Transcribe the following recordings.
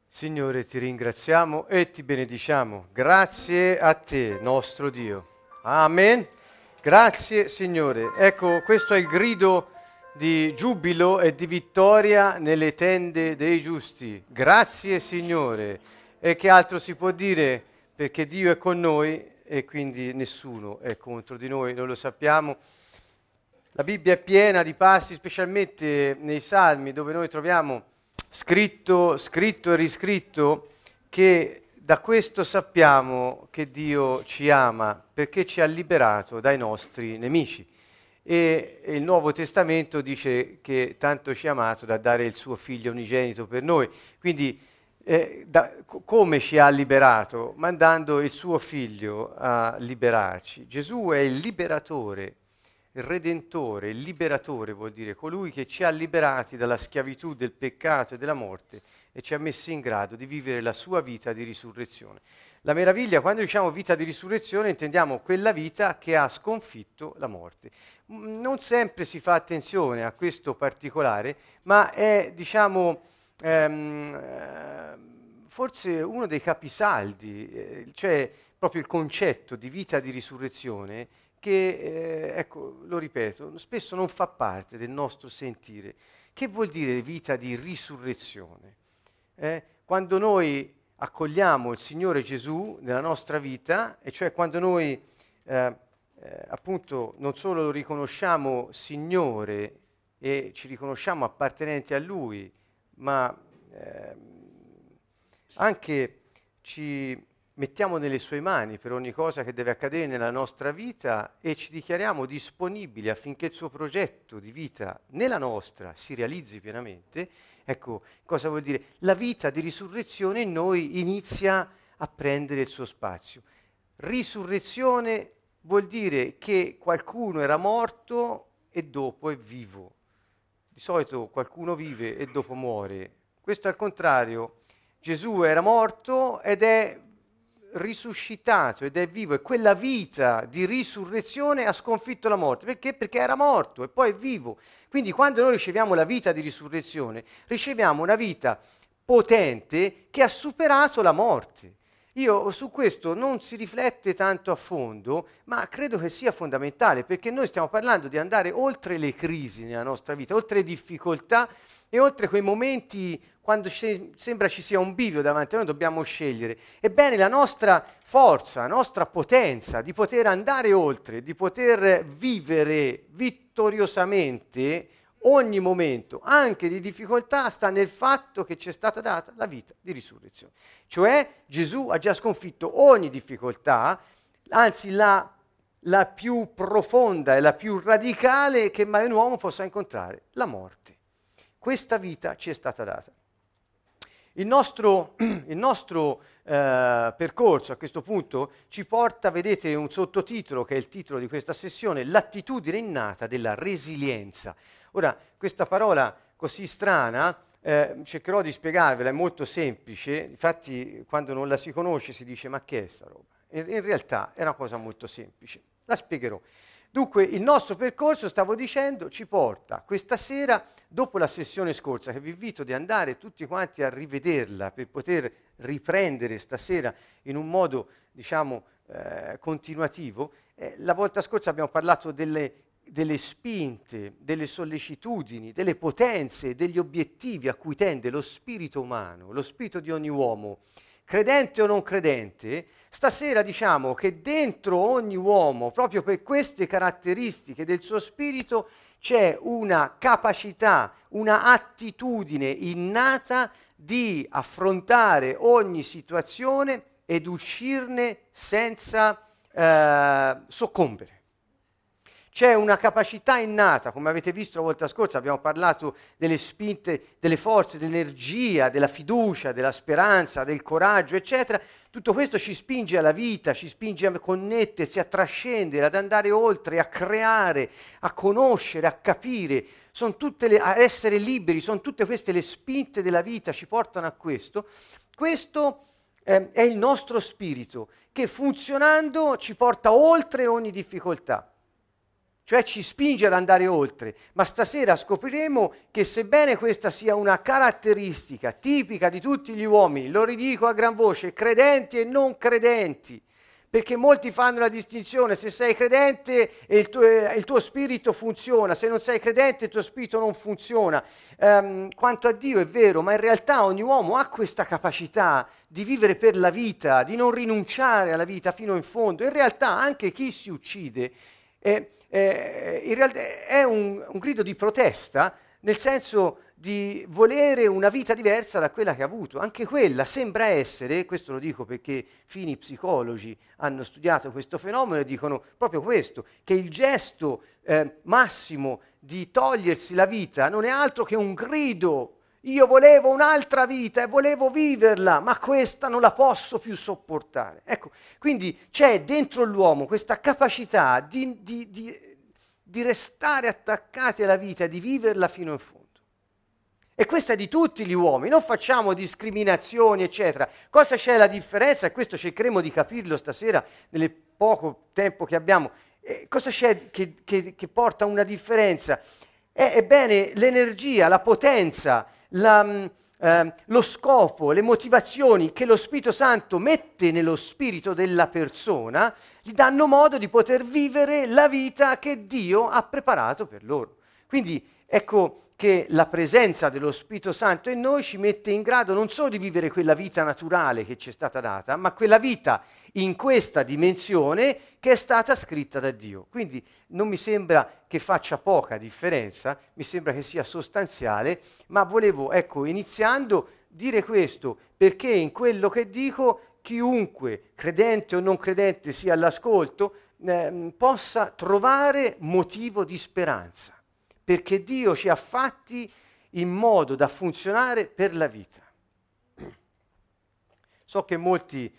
Signore, ti ringraziamo e ti benediciamo. Grazie a te, nostro Dio. Amen. Grazie, Signore. Ecco, questo è il grido di giubilo e di vittoria nelle tende dei giusti. Grazie, Signore. E che altro si può dire? Perché Dio è con noi e quindi nessuno è contro di noi, noi lo sappiamo. La Bibbia è piena di passi, specialmente nei Salmi, dove noi troviamo scritto e riscritto che da questo sappiamo che Dio ci ama, perché ci ha liberato dai nostri nemici. E il Nuovo Testamento dice che tanto ci ha amato da dare il suo figlio unigenito per noi. Quindi come ci ha liberato? Mandando il suo figlio a liberarci. Gesù è il liberatore. Il Redentore, il Liberatore vuol dire colui che ci ha liberati dalla schiavitù del peccato e della morte e ci ha messi in grado di vivere la sua vita di risurrezione. La meraviglia, quando diciamo vita di risurrezione, intendiamo quella vita che ha sconfitto la morte. Non sempre si fa attenzione a questo particolare, ma è, forse uno dei capisaldi, cioè proprio il concetto di vita di risurrezione che, ecco, lo ripeto, spesso non fa parte del nostro sentire. Che vuol dire vita di risurrezione? Quando noi accogliamo il Signore Gesù nella nostra vita, e cioè quando noi appunto non solo lo riconosciamo Signore e ci riconosciamo appartenenti a Lui, ma anche ci mettiamo nelle sue mani per ogni cosa che deve accadere nella nostra vita e ci dichiariamo disponibili affinché il suo progetto di vita nella nostra si realizzi pienamente. Ecco, cosa vuol dire? La vita di risurrezione in noi inizia a prendere il suo spazio. Risurrezione vuol dire che qualcuno era morto e dopo è vivo. Di solito qualcuno vive e dopo muore. Questo è al contrario. Gesù era morto ed è risuscitato ed è vivo, e quella vita di risurrezione ha sconfitto la morte. Perché? Perché era morto e poi è vivo. Quindi quando noi riceviamo la vita di risurrezione, riceviamo una vita potente che ha superato la morte. Io su questo non si riflette tanto a fondo, ma credo che sia fondamentale, perché noi stiamo parlando di andare oltre le crisi nella nostra vita, oltre le difficoltà e oltre quei momenti quando sembra ci sia un bivio davanti a noi, dobbiamo scegliere. Ebbene, la nostra forza, la nostra potenza di poter andare oltre, di poter vivere vittoriosamente ogni momento, anche di difficoltà, sta nel fatto che ci è stata data la vita di risurrezione. Cioè Gesù ha già sconfitto ogni difficoltà, anzi la più profonda e la più radicale che mai un uomo possa incontrare, la morte. Questa vita ci è stata data. Il nostro percorso a questo punto ci porta, vedete, un sottotitolo che è il titolo di questa sessione, l'attitudine innata della resilienza. Ora, questa parola così strana, cercherò di spiegarvela, è molto semplice, infatti quando non la si conosce si dice ma che è sta roba? In realtà è una cosa molto semplice, la spiegherò. Dunque, il nostro percorso, stavo dicendo, ci porta questa sera, dopo la sessione scorsa, che vi invito di andare tutti quanti a rivederla per poter riprendere stasera in un modo, continuativo. La volta scorsa abbiamo parlato delle spinte, delle sollecitudini, delle potenze, degli obiettivi a cui tende lo spirito umano, lo spirito di ogni uomo. Credente o non credente, stasera diciamo che dentro ogni uomo, proprio per queste caratteristiche del suo spirito, c'è una capacità, una attitudine innata di affrontare ogni situazione ed uscirne senza soccombere. C'è una capacità innata, come avete visto la volta scorsa, abbiamo parlato delle spinte, delle forze, dell'energia, della fiducia, della speranza, del coraggio, eccetera. Tutto questo ci spinge alla vita, ci spinge a connettersi, a trascendere, ad andare oltre, a creare, a conoscere, a capire. A essere liberi, sono tutte queste le spinte della vita, ci portano a questo. Questo è il nostro spirito, che funzionando ci porta oltre ogni difficoltà. cioè ci spinge ad andare oltre. Ma stasera scopriremo che sebbene questa sia una caratteristica tipica di tutti gli uomini, lo ridico a gran voce, credenti e non credenti, perché molti fanno la distinzione: se sei credente il tuo spirito funziona, se non sei credente il tuo spirito non funziona. Quanto a Dio è vero, ma in realtà ogni uomo ha questa capacità di vivere per la vita, di non rinunciare alla vita fino in fondo. In realtà anche chi si uccide in realtà è un grido di protesta, nel senso di volere una vita diversa da quella che ha avuto. Anche quella sembra essere, questo lo dico perché fini psicologi hanno studiato questo fenomeno e dicono proprio questo, che il gesto massimo di togliersi la vita non è altro che un grido: io volevo un'altra vita e volevo viverla, ma questa non la posso più sopportare. Ecco, quindi c'è dentro l'uomo questa capacità di restare attaccati alla vita, di viverla fino in fondo. E questa è di tutti gli uomini, non facciamo discriminazioni, eccetera. Cosa c'è la differenza? E questo cercheremo di capirlo stasera, nel poco tempo che abbiamo. Cosa c'è che porta a una differenza? Ebbene, l'energia, la potenza, lo scopo, le motivazioni che lo Spirito Santo mette nello spirito della persona gli danno modo di poter vivere la vita che Dio ha preparato per loro. Quindi ecco che la presenza dello Spirito Santo in noi ci mette in grado non solo di vivere quella vita naturale che ci è stata data, ma quella vita in questa dimensione che è stata scritta da Dio. Quindi non mi sembra che faccia poca differenza, mi sembra che sia sostanziale, ma volevo, ecco, iniziando, dire questo, perché in quello che dico chiunque, credente o non credente, sia all'ascolto, possa trovare motivo di speranza. Perché Dio ci ha fatti in modo da funzionare per la vita. So che molti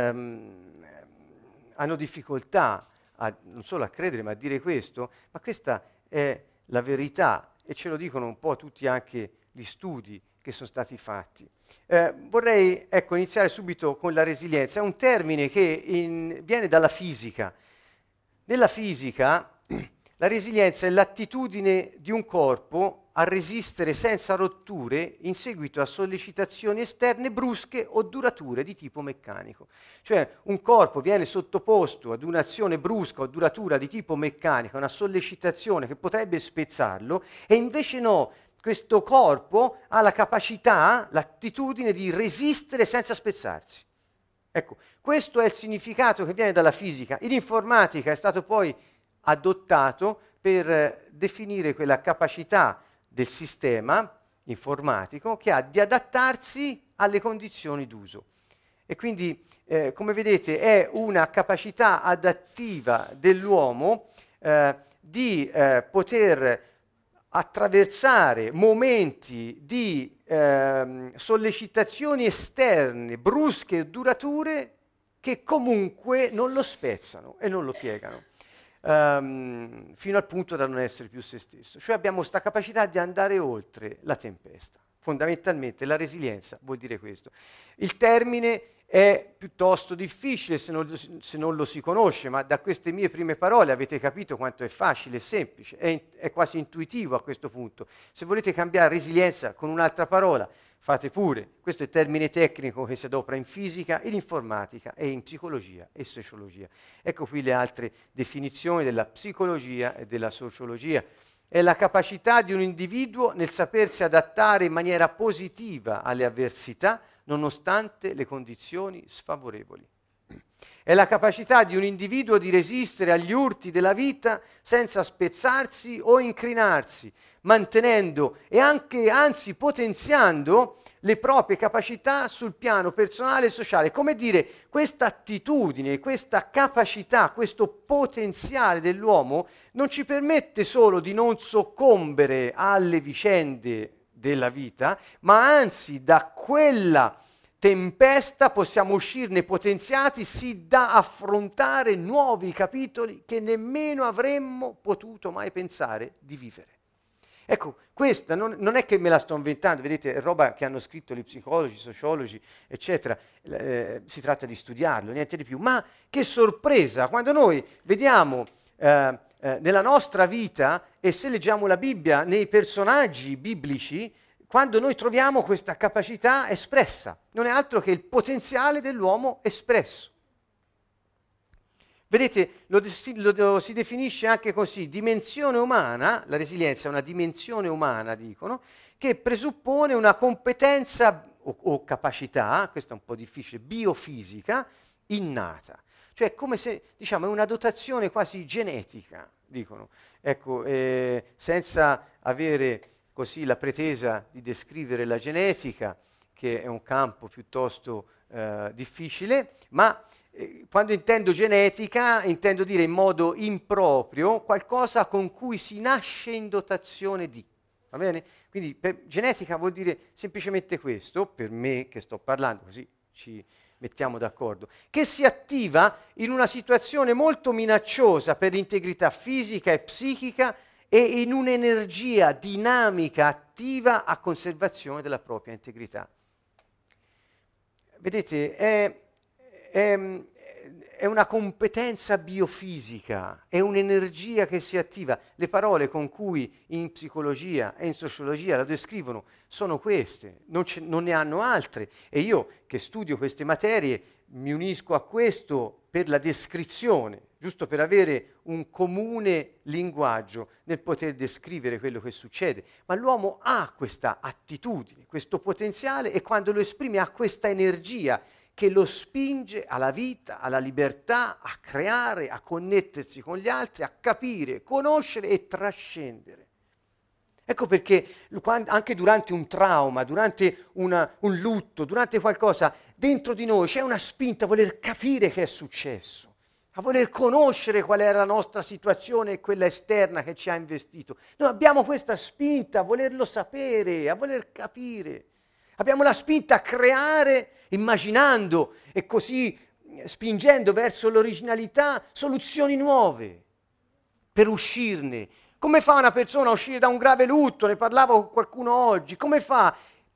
hanno difficoltà non solo a credere, ma a dire questo, ma questa è la verità e ce lo dicono un po' tutti anche gli studi che sono stati fatti. Vorrei iniziare subito con la resilienza. È un termine che viene dalla fisica. Nella fisica la resilienza è l'attitudine di un corpo a resistere senza rotture in seguito a sollecitazioni esterne brusche o durature di tipo meccanico. Cioè un corpo viene sottoposto ad un'azione brusca o duratura di tipo meccanico, una sollecitazione che potrebbe spezzarlo, e invece no, questo corpo ha la capacità, l'attitudine di resistere senza spezzarsi. Ecco, questo è il significato che viene dalla fisica. In informatica è stato poi adottato per definire quella capacità del sistema informatico che ha di adattarsi alle condizioni d'uso. E quindi, come vedete, è una capacità adattiva dell'uomo di poter attraversare momenti di sollecitazioni esterne, brusche e durature, che comunque non lo spezzano e non lo piegano. Fino al punto da non essere più se stesso. Cioè abbiamo questa capacità di andare oltre la tempesta. Fondamentalmente la resilienza vuol dire questo. Il termine è piuttosto difficile se non lo si conosce, ma da queste mie prime parole avete capito quanto è facile e semplice, è quasi intuitivo a questo punto. Se volete cambiare resilienza con un'altra parola, fate pure. Questo è il termine tecnico che si adopera in fisica, in informatica e in psicologia e sociologia. Ecco qui le altre definizioni della psicologia e della sociologia. È la capacità di un individuo nel sapersi adattare in maniera positiva alle avversità, nonostante le condizioni sfavorevoli. È la capacità di un individuo di resistere agli urti della vita senza spezzarsi o incrinarsi, mantenendo e anche, anzi, potenziando le proprie capacità sul piano personale e sociale. Come dire, questa attitudine, questa capacità, questo potenziale dell'uomo non ci permette solo di non soccombere alle vicende della vita, ma anzi da quella tempesta possiamo uscirne potenziati, sì da affrontare nuovi capitoli che nemmeno avremmo potuto mai pensare di vivere. Ecco, questa non è che me la sto inventando, vedete, è roba che hanno scritto gli psicologi, i sociologi, eccetera, si tratta di studiarlo, niente di più. Ma che sorpresa, quando noi vediamo nella nostra vita, e se leggiamo la Bibbia, nei personaggi biblici, quando noi troviamo questa capacità espressa. Non è altro che il potenziale dell'uomo espresso. Vedete, lo si definisce anche così: dimensione umana. La resilienza è una dimensione umana, dicono, che presuppone una competenza o capacità, questo è un po' difficile, biofisica, innata. Cioè come se, diciamo, è una dotazione quasi genetica, dicono. Ecco, senza avere così la pretesa di descrivere la genetica, che è un campo piuttosto difficile, ma quando intendo genetica intendo dire in modo improprio qualcosa con cui si nasce in dotazione di. Va bene? Quindi genetica vuol dire semplicemente questo, per me che sto parlando, così ci mettiamo d'accordo, che si attiva in una situazione molto minacciosa per l'integrità fisica e psichica e in un'energia dinamica attiva a conservazione della propria integrità. Vedete, è una competenza biofisica, è un'energia che si attiva. Le parole con cui in psicologia e in sociologia la descrivono sono queste, non ne hanno altre. E io che studio queste materie mi unisco a questo per la descrizione, giusto per avere un comune linguaggio nel poter descrivere quello che succede. Ma l'uomo ha questa attitudine, questo potenziale, e quando lo esprime ha questa energia che lo spinge alla vita, alla libertà, a creare, a connettersi con gli altri, a capire, conoscere e trascendere. Ecco perché anche durante un trauma, durante un lutto, durante qualcosa, dentro di noi c'è una spinta a voler capire che è successo, a voler conoscere qual era la nostra situazione e quella esterna che ci ha investito. Noi abbiamo questa spinta a volerlo sapere, a voler capire. Abbiamo la spinta a creare, immaginando e così spingendo verso l'originalità soluzioni nuove per uscirne. Come fa una persona a uscire da un grave lutto? Ne parlavo con qualcuno oggi. Come fa?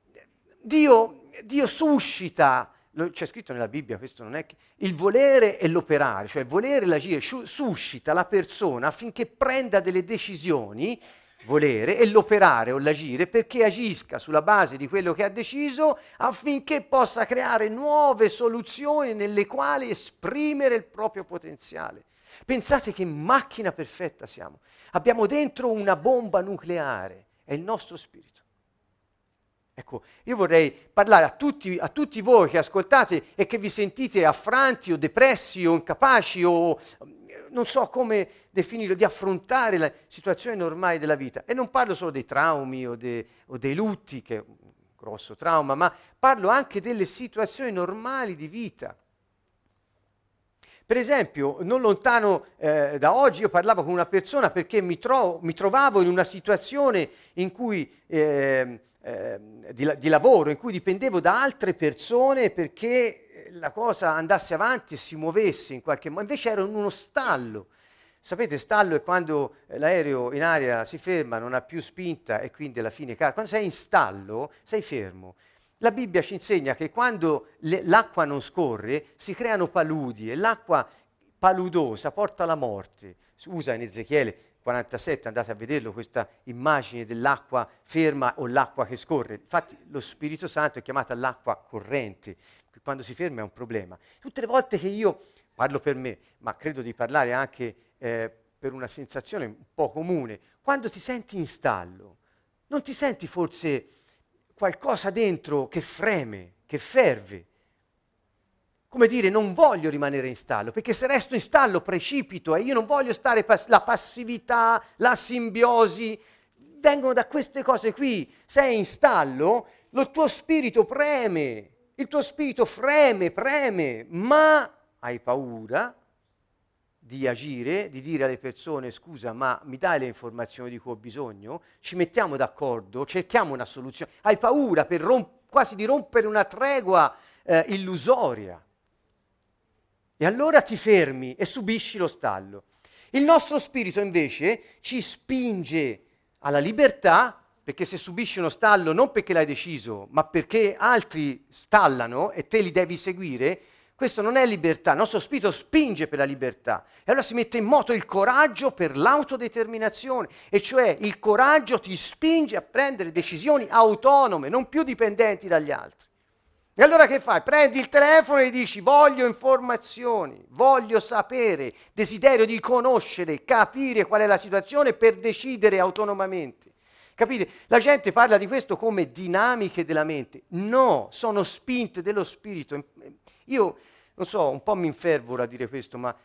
Dio suscita, c'è scritto nella Bibbia, questo non è che, il volere e l'operare, cioè il volere e l'agire, suscita la persona affinché prenda delle decisioni, volere, e l'operare o l'agire, perché agisca sulla base di quello che ha deciso affinché possa creare nuove soluzioni nelle quali esprimere il proprio potenziale. Pensate che macchina perfetta siamo. Abbiamo dentro una bomba nucleare, è il nostro spirito. Ecco, io vorrei parlare a tutti voi che ascoltate e che vi sentite affranti o depressi o incapaci o non so come definirlo, di affrontare le situazioni normali della vita. E non parlo solo dei traumi o dei lutti, che è un grosso trauma, ma parlo anche delle situazioni normali di vita. Per esempio, non lontano da oggi, io parlavo con una persona perché mi trovavo in una situazione in cui, di lavoro, in cui dipendevo da altre persone perché la cosa andasse avanti e si muovesse in qualche modo. Invece ero in uno stallo. Sapete, stallo è quando l'aereo in aria si ferma, non ha più spinta e quindi alla fine cade. Quando sei in stallo, sei fermo. La Bibbia ci insegna che quando l'acqua non scorre si creano paludi e l'acqua paludosa porta alla morte. Si usa in Ezechiele 47, andate a vederlo, questa immagine dell'acqua ferma o l'acqua che scorre. Infatti lo Spirito Santo è chiamata l'acqua corrente, quando si ferma è un problema. Tutte le volte che io parlo per me, ma credo di parlare anche per una sensazione un po' comune, quando ti senti in stallo, non ti senti forse qualcosa dentro che freme, che ferve? Come dire, non voglio rimanere in stallo, perché se resto in stallo precipito e io non voglio stare, la passività, la simbiosi, vengono da queste cose qui. Sei in stallo, il tuo spirito preme, il tuo spirito preme, ma hai paura di agire, di dire alle persone: scusa, ma mi dai le informazioni di cui ho bisogno? Ci mettiamo d'accordo, cerchiamo una soluzione. Hai paura quasi di rompere una tregua illusoria. E allora ti fermi e subisci lo stallo. Il nostro spirito invece ci spinge alla libertà, perché se subisci uno stallo non perché l'hai deciso, ma perché altri stallano e te li devi seguire, Questo non è libertà, il nostro spirito spinge per la libertà. E allora si mette in moto il coraggio per l'autodeterminazione, e cioè il coraggio ti spinge a prendere decisioni autonome, non più dipendenti dagli altri. E allora che fai? Prendi il telefono e dici: voglio informazioni, voglio sapere, desiderio di conoscere, capire qual è la situazione per decidere autonomamente. Capite? La gente parla di questo come dinamiche della mente. No, sono spinte dello spirito. Io, non so, un po' mi infervoro a dire questo, ma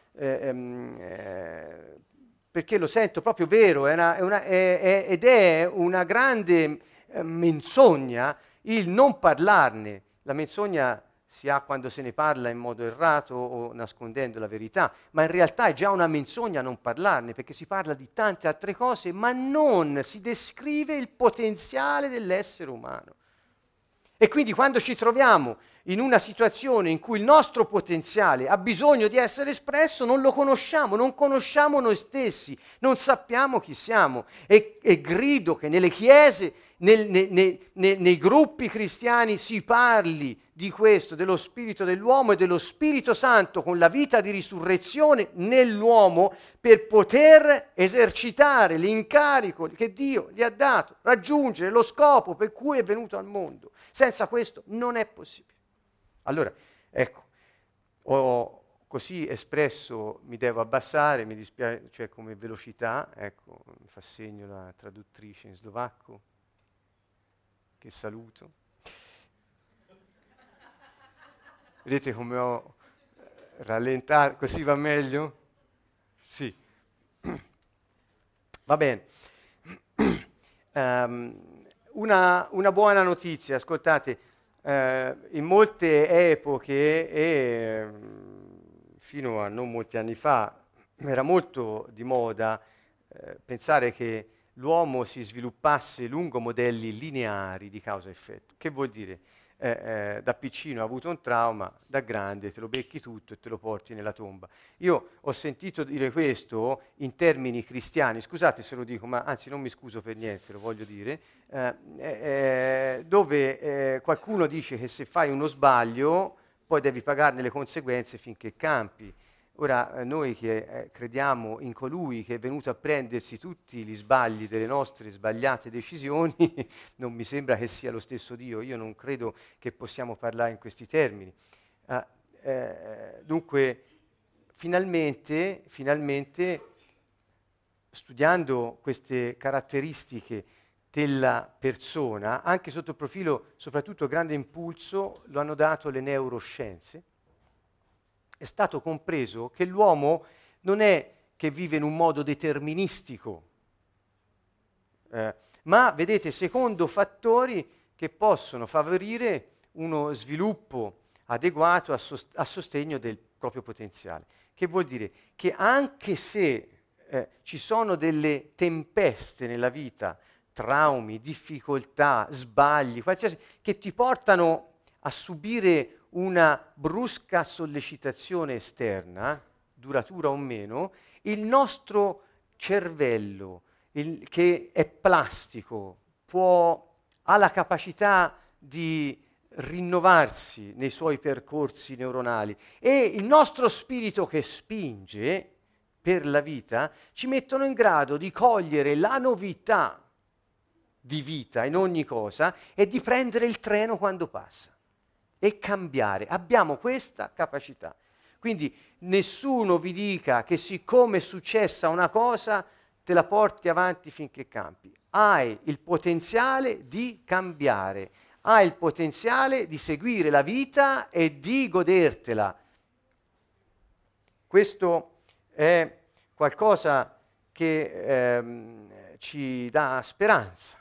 perché lo sento proprio vero, ed è una grande menzogna il non parlarne. La menzogna si ha quando se ne parla in modo errato o nascondendo la verità, ma in realtà è già una menzogna non parlarne, perché si parla di tante altre cose, ma non si descrive il potenziale dell'essere umano. E quindi quando ci troviamo in una situazione in cui il nostro potenziale ha bisogno di essere espresso, non lo conosciamo, non conosciamo noi stessi, non sappiamo chi siamo. E grido che nelle chiese, nei gruppi cristiani si parli di questo, dello spirito dell'uomo e dello Spirito Santo con la vita di risurrezione nell'uomo per poter esercitare l'incarico che Dio gli ha dato, raggiungere lo scopo per cui è venuto al mondo. Senza questo non è possibile. Allora, ecco, ho così espresso, mi devo abbassare, mi dispiace, cioè come velocità, ecco, mi fa segno la traduttrice in slovacco, che saluto. Vedete come ho rallentato, così va meglio? Sì. Va bene. Una buona notizia, ascoltate, in molte epoche e fino a non molti anni fa era molto di moda pensare che l'uomo si sviluppasse lungo modelli lineari di causa-effetto. Che vuol dire? Da piccino ha avuto un trauma, da grande te lo becchi tutto e te lo porti nella tomba. Io ho sentito dire questo in termini cristiani, scusate se lo dico, ma anzi non mi scuso per niente, lo voglio dire, dove qualcuno dice che se fai uno sbaglio poi devi pagarne le conseguenze finché campi. Ora, noi che crediamo in colui che è venuto a prendersi tutti gli sbagli delle nostre sbagliate decisioni, non mi sembra che sia lo stesso Dio. Io non credo che possiamo parlare in questi termini. Dunque, finalmente, studiando queste caratteristiche della persona, anche sotto il profilo, soprattutto grande impulso, lo hanno dato le neuroscienze. È stato compreso che l'uomo non è che vive in un modo deterministico, ma, vedete, secondo fattori che possono favorire uno sviluppo adeguato a sostegno del proprio potenziale. Che vuol dire? Che anche se ci sono delle tempeste nella vita, traumi, difficoltà, sbagli, qualsiasi, che ti portano a subire una brusca sollecitazione esterna, duratura o meno, il nostro cervello, che è plastico, ha la capacità di rinnovarsi nei suoi percorsi neuronali, e il nostro spirito che spinge per la vita ci mettono in grado di cogliere la novità di vita in ogni cosa e di prendere il treno quando passa e cambiare. Abbiamo questa capacità. Quindi nessuno vi dica che siccome è successa una cosa te la porti avanti finché campi. Hai il potenziale di cambiare, hai il potenziale di seguire la vita e di godertela. Questo è qualcosa che ci dà speranza.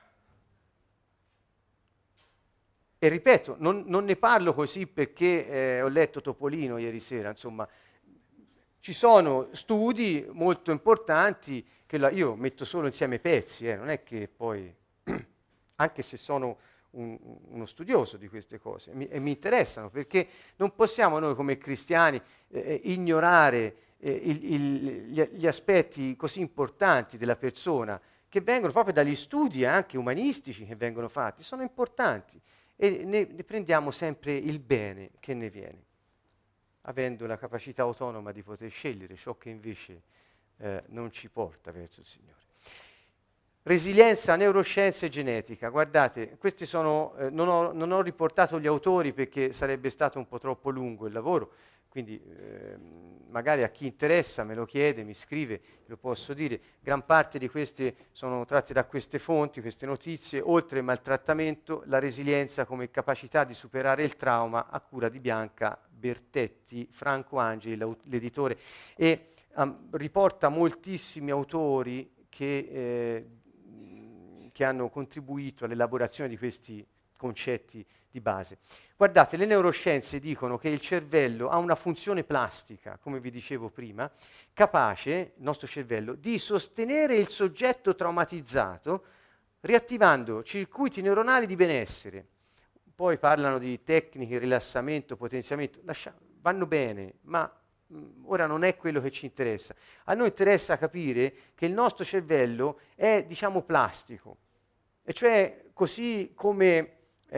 E ripeto, non ne parlo così perché ho letto Topolino ieri sera, insomma, ci sono studi molto importanti che io metto solo insieme pezzi, non è che poi, anche se sono uno studioso di queste cose, e mi interessano, perché non possiamo noi come cristiani ignorare gli aspetti così importanti della persona, che vengono proprio dagli studi anche umanistici che vengono fatti, sono importanti. E ne prendiamo sempre il bene che ne viene. avendo la capacità autonoma di poter scegliere ciò che invece non ci porta verso il Signore. Resilienza, neuroscienze e genetica. Guardate, questi sono, non ho riportato gli autori perché sarebbe stato un po' troppo lungo il lavoro, quindi magari a chi interessa me lo chiede, mi scrive, lo posso dire. Gran parte di queste sono tratte da queste fonti, queste notizie, oltre il maltrattamento, la resilienza come capacità di superare il trauma, a cura di Bianca Bertetti, Franco Angeli, l'editore, e riporta moltissimi autori che hanno contribuito all'elaborazione di questi concetti di base. Guardate, le neuroscienze dicono che il cervello ha una funzione plastica, come vi dicevo prima, capace, il nostro cervello, di sostenere il soggetto traumatizzato riattivando circuiti neuronali di benessere. Poi parlano di tecniche, rilassamento, potenziamento, vanno bene, ma ora non è quello che ci interessa. A noi interessa capire che il nostro cervello è, diciamo, plastico, e cioè così come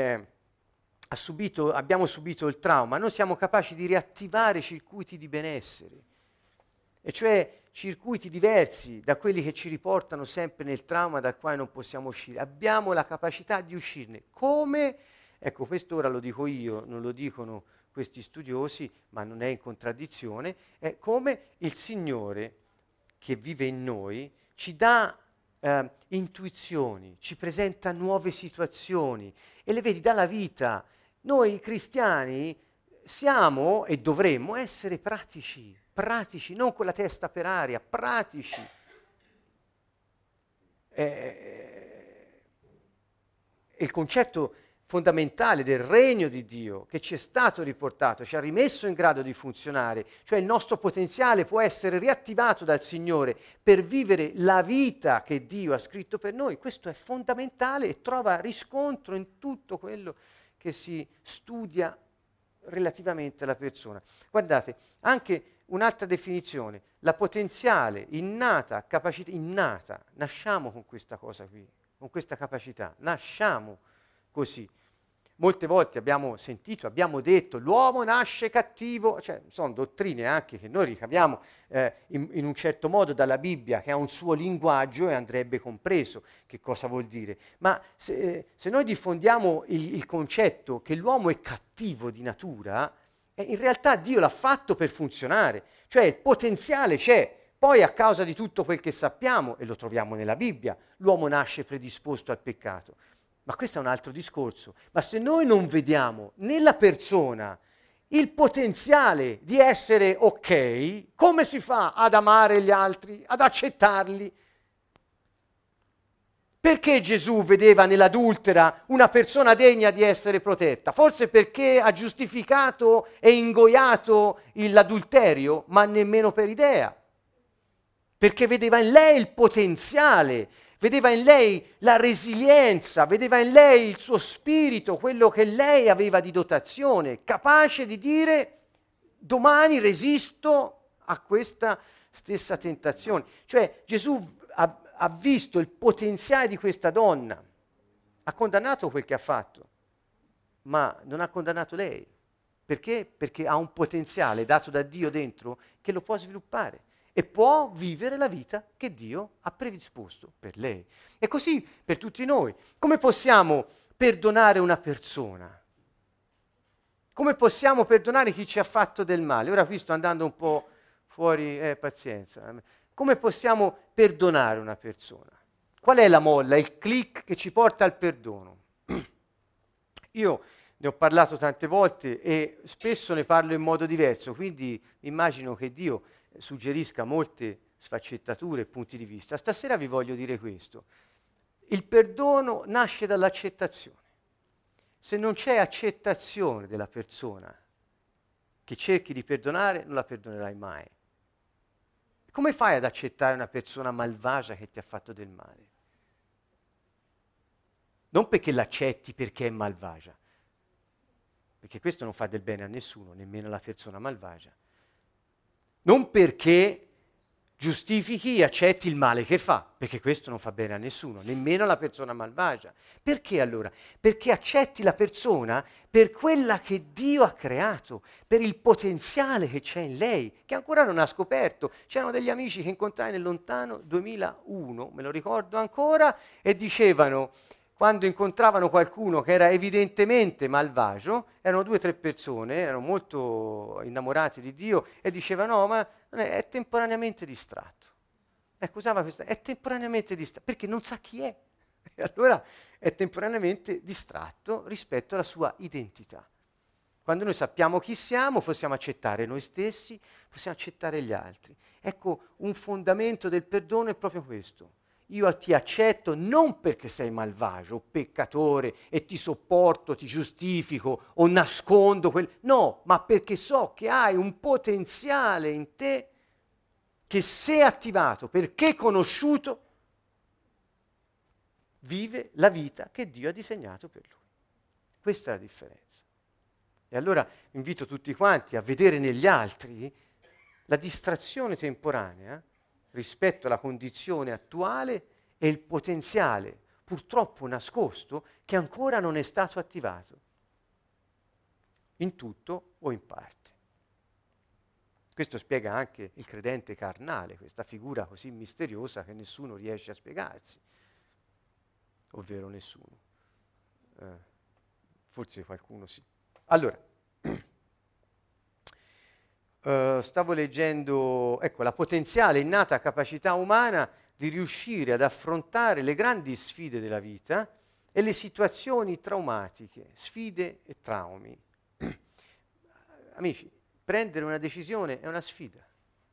abbiamo subito il trauma, noi siamo capaci di riattivare circuiti di benessere, e cioè circuiti diversi da quelli che ci riportano sempre nel trauma dal quale non possiamo uscire. Abbiamo la capacità di uscirne. Come? Ecco, questo ora lo dico io, non lo dicono questi studiosi, ma non è in contraddizione, è come il Signore che vive in noi ci dà intuizioni, ci presenta nuove situazioni e le vedi dalla vita. Noi cristiani siamo e dovremmo essere pratici, non con la testa per aria, pratici. Il concetto fondamentale del regno di Dio che ci è stato riportato, ci ha rimesso in grado di funzionare, cioè il nostro potenziale può essere riattivato dal Signore per vivere la vita che Dio ha scritto per noi. Questo è fondamentale e trova riscontro in tutto quello che si studia relativamente alla persona. Guardate, anche un'altra definizione, la potenziale, innata, capacità, innata, nasciamo con questa cosa qui, con questa capacità, nasciamo così. Molte volte abbiamo sentito, abbiamo detto, l'uomo nasce cattivo, cioè sono dottrine anche che noi ricaviamo in un certo modo dalla Bibbia, che ha un suo linguaggio e andrebbe compreso che cosa vuol dire. Ma se noi diffondiamo il concetto che l'uomo è cattivo di natura, in realtà Dio l'ha fatto per funzionare, cioè il potenziale c'è. Poi a causa di tutto quel che sappiamo, e lo troviamo nella Bibbia, l'uomo nasce predisposto al peccato. Ma questo è un altro discorso. Ma se noi non vediamo nella persona il potenziale di essere ok, come si fa ad amare gli altri, ad accettarli? Perché Gesù vedeva nell'adultera una persona degna di essere protetta? Forse perché ha giustificato e ingoiato l'adulterio, ma nemmeno per idea. Perché vedeva in lei il potenziale, vedeva in lei la resilienza, vedeva in lei il suo spirito, quello che lei aveva di dotazione, capace di dire domani resisto a questa stessa tentazione. Cioè Gesù ha visto il potenziale di questa donna, ha condannato quel che ha fatto, ma non ha condannato lei. Perché? Perché ha un potenziale dato da Dio dentro che lo può sviluppare e può vivere la vita che Dio ha predisposto per lei. E così per tutti noi. Come possiamo perdonare una persona? Come possiamo perdonare chi ci ha fatto del male? Ora qui sto andando un po' fuori, pazienza. Come possiamo perdonare una persona? Qual è la molla, il click che ci porta al perdono? Io ne ho parlato tante volte e spesso ne parlo in modo diverso, quindi immagino che Dio suggerisca molte sfaccettature e punti di vista. Stasera vi voglio dire questo. Il perdono nasce dall'accettazione. Se non c'è accettazione della persona che cerchi di perdonare, non la perdonerai mai. Come fai ad accettare una persona malvagia che ti ha fatto del male? Non perché l'accetti perché è malvagia, perché questo non fa del bene a nessuno, nemmeno alla persona malvagia. Non perché giustifichi e accetti il male che fa, perché questo non fa bene a nessuno, nemmeno alla persona malvagia. Perché allora? Perché accetti la persona per quella che Dio ha creato, per il potenziale che c'è in lei, che ancora non ha scoperto. C'erano degli amici che incontrai nel lontano 2001, me lo ricordo ancora, e dicevano, quando incontravano qualcuno che era evidentemente malvagio, erano 2 o 3 persone, erano molto innamorati di Dio, e dicevano, no, ma è temporaneamente distratto. Ecco, usava questa, è temporaneamente distratto, perché non sa chi è. E allora è temporaneamente distratto rispetto alla sua identità. Quando noi sappiamo chi siamo, possiamo accettare noi stessi, possiamo accettare gli altri. Ecco, un fondamento del perdono è proprio questo. Io ti accetto non perché sei malvagio o peccatore e ti sopporto, ti giustifico o nascondo no, ma perché so che hai un potenziale in te che, se attivato, perché conosciuto, vive la vita che Dio ha disegnato per lui. Questa è la differenza. E allora invito tutti quanti a vedere negli altri la distrazione temporanea rispetto alla condizione attuale e il potenziale purtroppo nascosto che ancora non è stato attivato, in tutto o in parte. Questo spiega anche il credente carnale, questa figura così misteriosa che nessuno riesce a spiegarsi, ovvero nessuno. Forse qualcuno sì. Allora, stavo leggendo, ecco, la potenziale innata capacità umana di riuscire ad affrontare le grandi sfide della vita e le situazioni traumatiche, sfide e traumi. Amici, prendere una decisione è una sfida.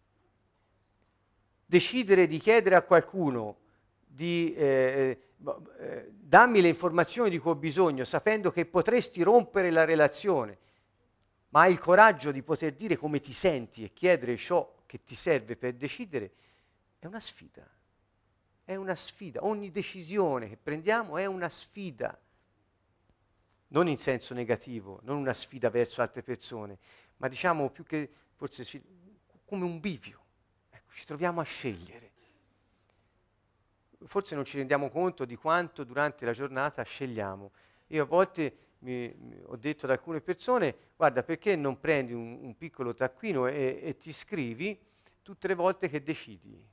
Decidere di chiedere a qualcuno di dammi le informazioni di cui ho bisogno, sapendo che potresti rompere la relazione, ma hai il coraggio di poter dire come ti senti e chiedere ciò che ti serve per decidere, è una sfida. È una sfida. Ogni decisione che prendiamo è una sfida. Non in senso negativo, non una sfida verso altre persone, ma diciamo più che forse come un bivio. Ecco, ci troviamo a scegliere. Forse non ci rendiamo conto di quanto durante la giornata scegliamo. Io a volte ho detto ad alcune persone, guarda, perché non prendi un piccolo taccuino e ti scrivi tutte le volte che decidi?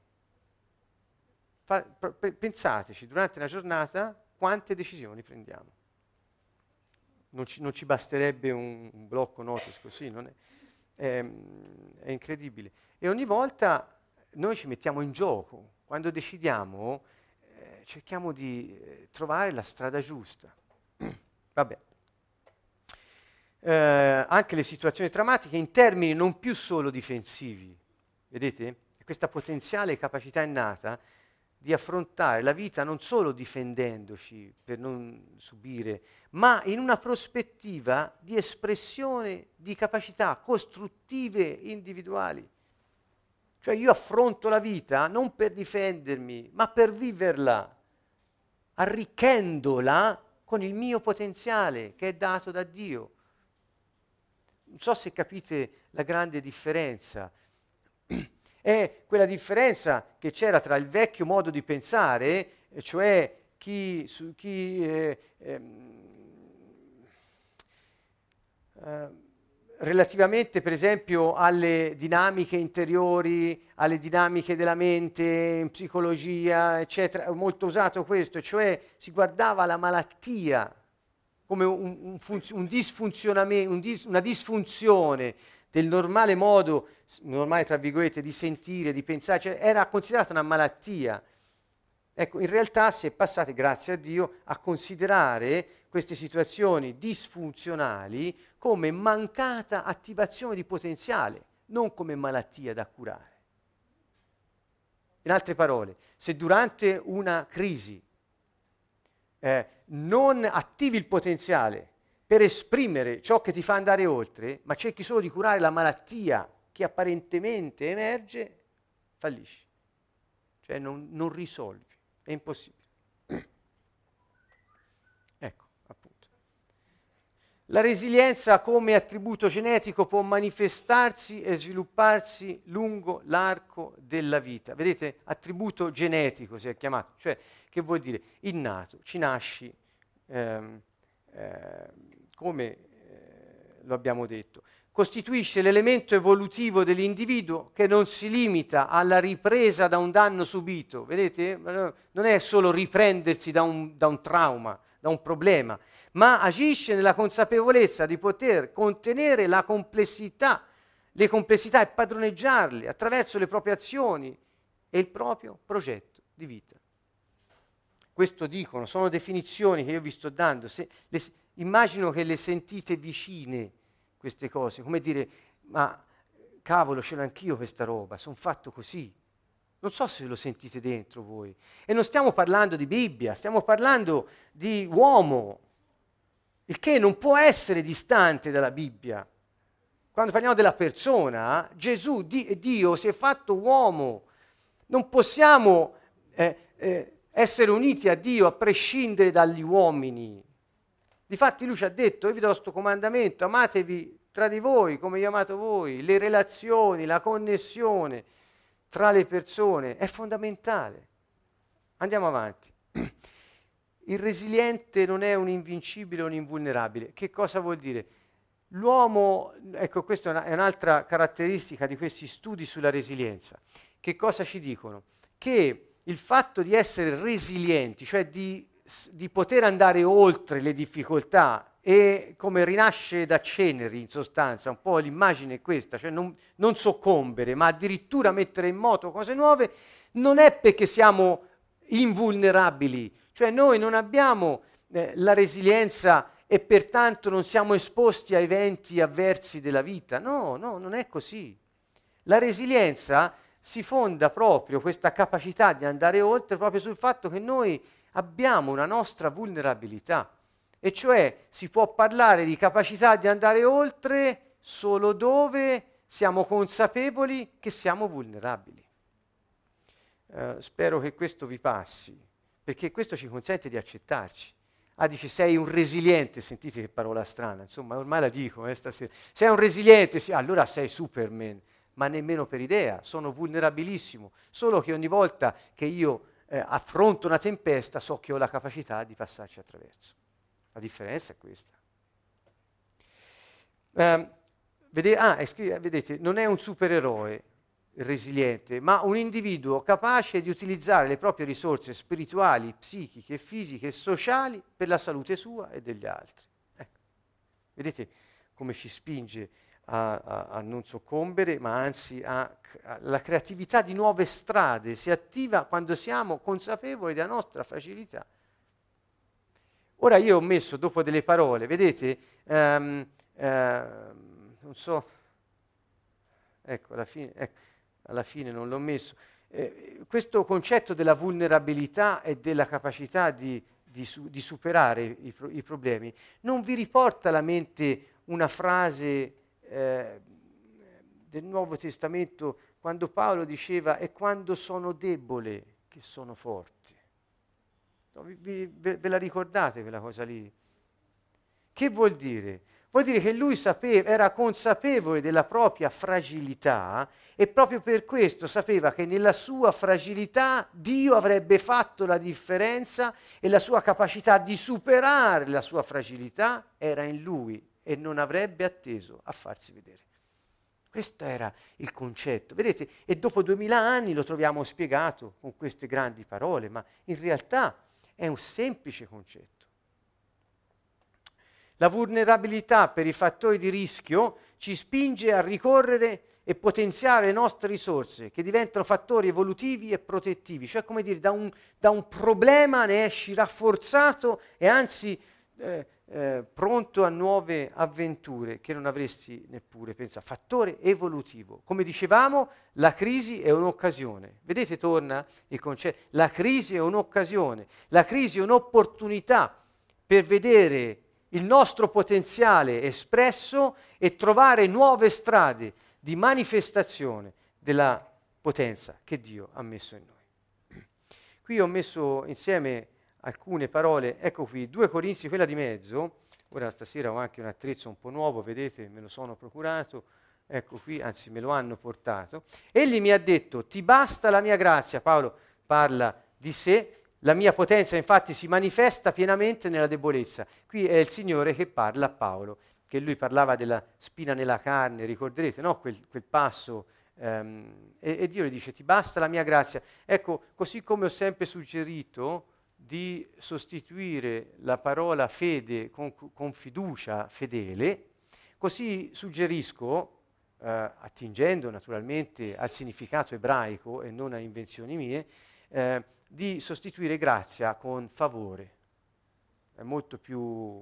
Pensateci, durante la giornata, quante decisioni prendiamo. Non ci basterebbe un blocco notice così, non è incredibile. E ogni volta noi ci mettiamo in gioco. Quando decidiamo, cerchiamo di trovare la strada giusta. Vabbè. Anche le situazioni traumatiche in termini non più solo difensivi, vedete? Questa potenziale capacità innata di affrontare la vita non solo difendendoci per non subire, ma in una prospettiva di espressione di capacità costruttive individuali. Cioè io affronto la vita non per difendermi, ma per viverla, arricchendola con il mio potenziale che è dato da Dio. Non so se capite la grande differenza. È quella differenza che c'era tra il vecchio modo di pensare, cioè relativamente per esempio alle dinamiche interiori, alle dinamiche della mente, in psicologia, eccetera, è molto usato questo, cioè si guardava la malattia come un disfunzionamento, una disfunzione del normale modo, normale tra virgolette, di sentire, di pensare, cioè era considerata una malattia. Ecco, in realtà si è passati, grazie a Dio, a considerare queste situazioni disfunzionali come mancata attivazione di potenziale, non come malattia da curare. In altre parole, se durante una crisi non attivi il potenziale per esprimere ciò che ti fa andare oltre, ma cerchi solo di curare la malattia che apparentemente emerge, fallisci. Cioè non risolvi, è impossibile. Ecco, appunto. La resilienza come attributo genetico può manifestarsi e svilupparsi lungo l'arco della vita. Vedete, attributo genetico si è chiamato, cioè che vuol dire innato, ci nasci come lo abbiamo detto. Costituisce l'elemento evolutivo dell'individuo che non si limita alla ripresa da un danno subito. Vedete? Non è solo riprendersi da un trauma, da un problema, ma agisce nella consapevolezza di poter contenere le complessità e padroneggiarle attraverso le proprie azioni e il proprio progetto di vita. Questo dicono, sono definizioni che io vi sto dando. Immagino che le sentite vicine queste cose, come dire, ma cavolo, ce l'ho anch'io questa roba, sono fatto così. Non so se lo sentite dentro voi. E non stiamo parlando di Bibbia, stiamo parlando di uomo, il che non può essere distante dalla Bibbia. Quando parliamo della persona, Gesù, Dio, si è fatto uomo. Non possiamo essere uniti a Dio a prescindere dagli uomini. Difatti lui ci ha detto, io vi do questo comandamento, amatevi tra di voi come io ho amato voi. Le relazioni, la connessione tra le persone è fondamentale. Andiamo avanti. Il resiliente non è un invincibile o un invulnerabile. Che cosa vuol dire? L'uomo, ecco, questa è un'altra caratteristica di questi studi sulla resilienza. Che cosa ci dicono? Che il fatto di essere resilienti, cioè di poter andare oltre le difficoltà e come rinascere da ceneri, in sostanza, un po' l'immagine è questa, cioè non soccombere, ma addirittura mettere in moto cose nuove, non è perché siamo invulnerabili, cioè noi non abbiamo la resilienza e pertanto non siamo esposti a eventi avversi della vita. No, non è così. La resilienza si fonda proprio, questa capacità di andare oltre, proprio sul fatto che noi abbiamo una nostra vulnerabilità, e cioè si può parlare di capacità di andare oltre solo dove siamo consapevoli che siamo vulnerabili. Spero che questo vi passi, perché questo ci consente di accettarci. Dice sei un resiliente, sentite che parola strana, insomma ormai la dico stasera. Sei un resiliente, sì, allora sei Superman, ma nemmeno per idea, sono vulnerabilissimo, solo che ogni volta che io affronto una tempesta so che ho la capacità di passarci attraverso. La differenza è questa. Vedete, non è un supereroe resiliente, ma un individuo capace di utilizzare le proprie risorse spirituali, psichiche, fisiche e sociali per la salute sua e degli altri. Ecco. Vedete come ci spinge a non soccombere, ma anzi la creatività di nuove strade si attiva quando siamo consapevoli della nostra fragilità. Ora io ho messo dopo delle parole, vedete, non so, ecco, alla fine non l'ho messo, questo concetto della vulnerabilità e della capacità di superare i problemi non vi riporta alla mente una frase del Nuovo Testamento quando Paolo diceva è quando sono debole che sono forte. No, ve la ricordate quella cosa lì? Che vuol dire? Vuol dire che lui era consapevole della propria fragilità e proprio per questo sapeva che nella sua fragilità Dio avrebbe fatto la differenza e la sua capacità di superare la sua fragilità era in lui e non avrebbe atteso a farsi vedere. Questo era il concetto, vedete? E dopo 2000 anni lo troviamo spiegato con queste grandi parole, ma in realtà è un semplice concetto. La vulnerabilità per i fattori di rischio ci spinge a ricorrere e potenziare le nostre risorse, che diventano fattori evolutivi e protettivi, cioè come dire, da un problema ne esci rafforzato e anzi pronto a nuove avventure che non avresti neppure pensato. Fattore evolutivo. Come dicevamo, la crisi è un'occasione. Vedete, torna il concetto. La crisi è un'occasione. La crisi è un'opportunità per vedere il nostro potenziale espresso e trovare nuove strade di manifestazione della potenza che Dio ha messo in noi. Qui ho messo insieme alcune parole, ecco qui, 2 Corinzi, quella di mezzo, Ora stasera ho anche un attrezzo un po' nuovo, vedete, me lo sono procurato, ecco qui, anzi me lo hanno portato. Egli mi ha detto, ti basta la mia grazia, Paolo parla di sé, la mia potenza infatti si manifesta pienamente nella debolezza. Qui è il Signore che parla a Paolo, che lui parlava della spina nella carne, ricorderete, no? Quel passo, e Dio gli dice, ti basta la mia grazia. Ecco, così come ho sempre suggerito di sostituire la parola fede con fiducia fedele, così suggerisco, attingendo naturalmente al significato ebraico e non a invenzioni mie, di sostituire grazia con favore. È molto più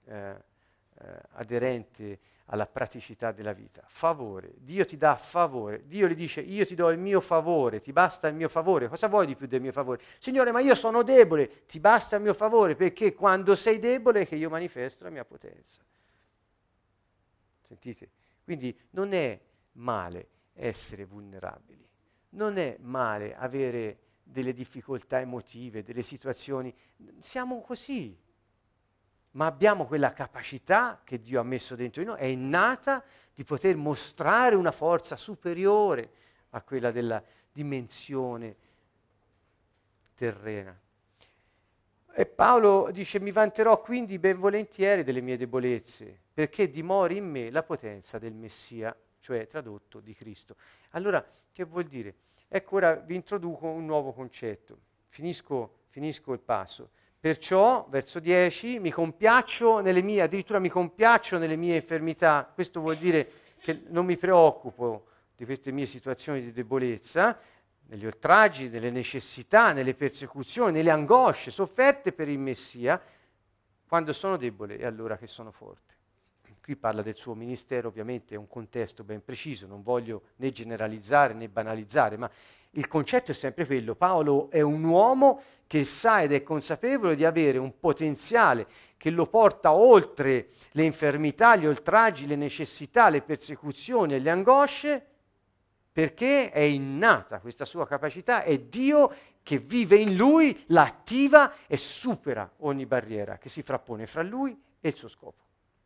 aderente alla praticità della vita. Favore, Dio ti dà favore, Dio gli dice io ti do il mio favore, ti basta il mio favore, cosa vuoi di più del mio favore? Signore, ma io sono debole, ti basta il mio favore perché quando sei debole è che io manifesto la mia potenza. Sentite? Quindi non è male essere vulnerabili, non è male avere delle difficoltà emotive, delle situazioni, siamo così. Ma abbiamo quella capacità che Dio ha messo dentro di noi, è innata di poter mostrare una forza superiore a quella della dimensione terrena. E Paolo dice, mi vanterò quindi ben volentieri delle mie debolezze, perché dimori in me la potenza del Messia, cioè tradotto di Cristo. Allora, che vuol dire? Ecco, ora vi introduco un nuovo concetto. Finisco il passo. Perciò, verso 10, addirittura mi compiaccio nelle mie infermità. Questo vuol dire che non mi preoccupo di queste mie situazioni di debolezza, negli oltraggi, nelle necessità, nelle persecuzioni, nelle angosce sofferte per il Messia. Quando sono debole è allora che sono forte. Qui parla del suo ministero, ovviamente è un contesto ben preciso, non voglio né generalizzare né banalizzare, ma il concetto è sempre quello. Paolo è un uomo che sa ed è consapevole di avere un potenziale che lo porta oltre le infermità, gli oltraggi, le necessità, le persecuzioni e le angosce, perché è innata questa sua capacità, è Dio che vive in lui, la attiva e supera ogni barriera che si frappone fra lui e il suo scopo.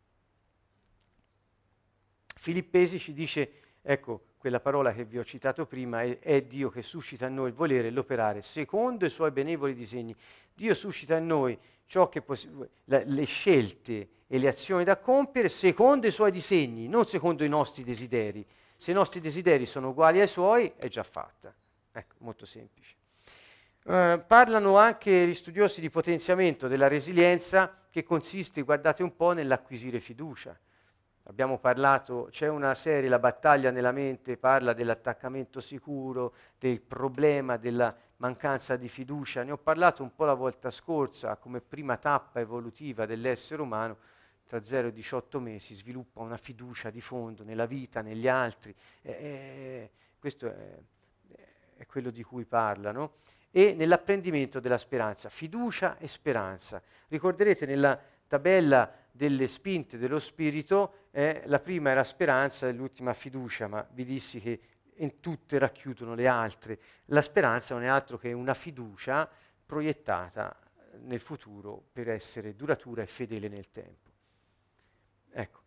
Filippesi ci dice, ecco, quella parola che vi ho citato prima, è Dio che suscita in noi il volere e l'operare secondo i suoi benevoli disegni. Dio suscita in noi ciò che le scelte e le azioni da compiere secondo i suoi disegni, non secondo i nostri desideri. Se i nostri desideri sono uguali ai suoi, è già fatta. Ecco, molto semplice. Parlano anche gli studiosi di potenziamento della resilienza, che consiste, guardate un po', nell'acquisire fiducia. Abbiamo parlato, c'è una serie, La battaglia nella mente, parla dell'attaccamento sicuro, del problema della mancanza di fiducia. Ne ho parlato un po' la volta scorsa, come prima tappa evolutiva dell'essere umano, tra 0 e 18 mesi, sviluppa una fiducia di fondo nella vita, negli altri. Questo è quello di cui parlano. E nell'apprendimento della speranza, fiducia e speranza. Ricorderete nella tabella delle spinte dello spirito, la prima era speranza e l'ultima fiducia, ma vi dissi che in tutte racchiudono le altre. La speranza non è altro che una fiducia proiettata nel futuro per essere duratura e fedele nel tempo. Ecco,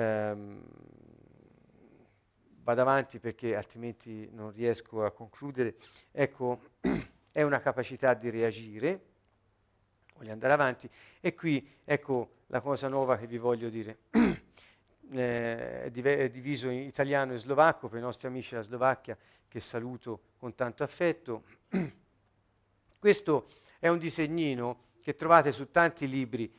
vado avanti perché altrimenti non riesco a concludere. Ecco, è una capacità di reagire, voglio andare avanti, e qui ecco la cosa nuova che vi voglio dire. È diviso in italiano e slovacco per i nostri amici della Slovacchia, che saluto con tanto affetto. Questo è un disegnino che trovate su tanti libri,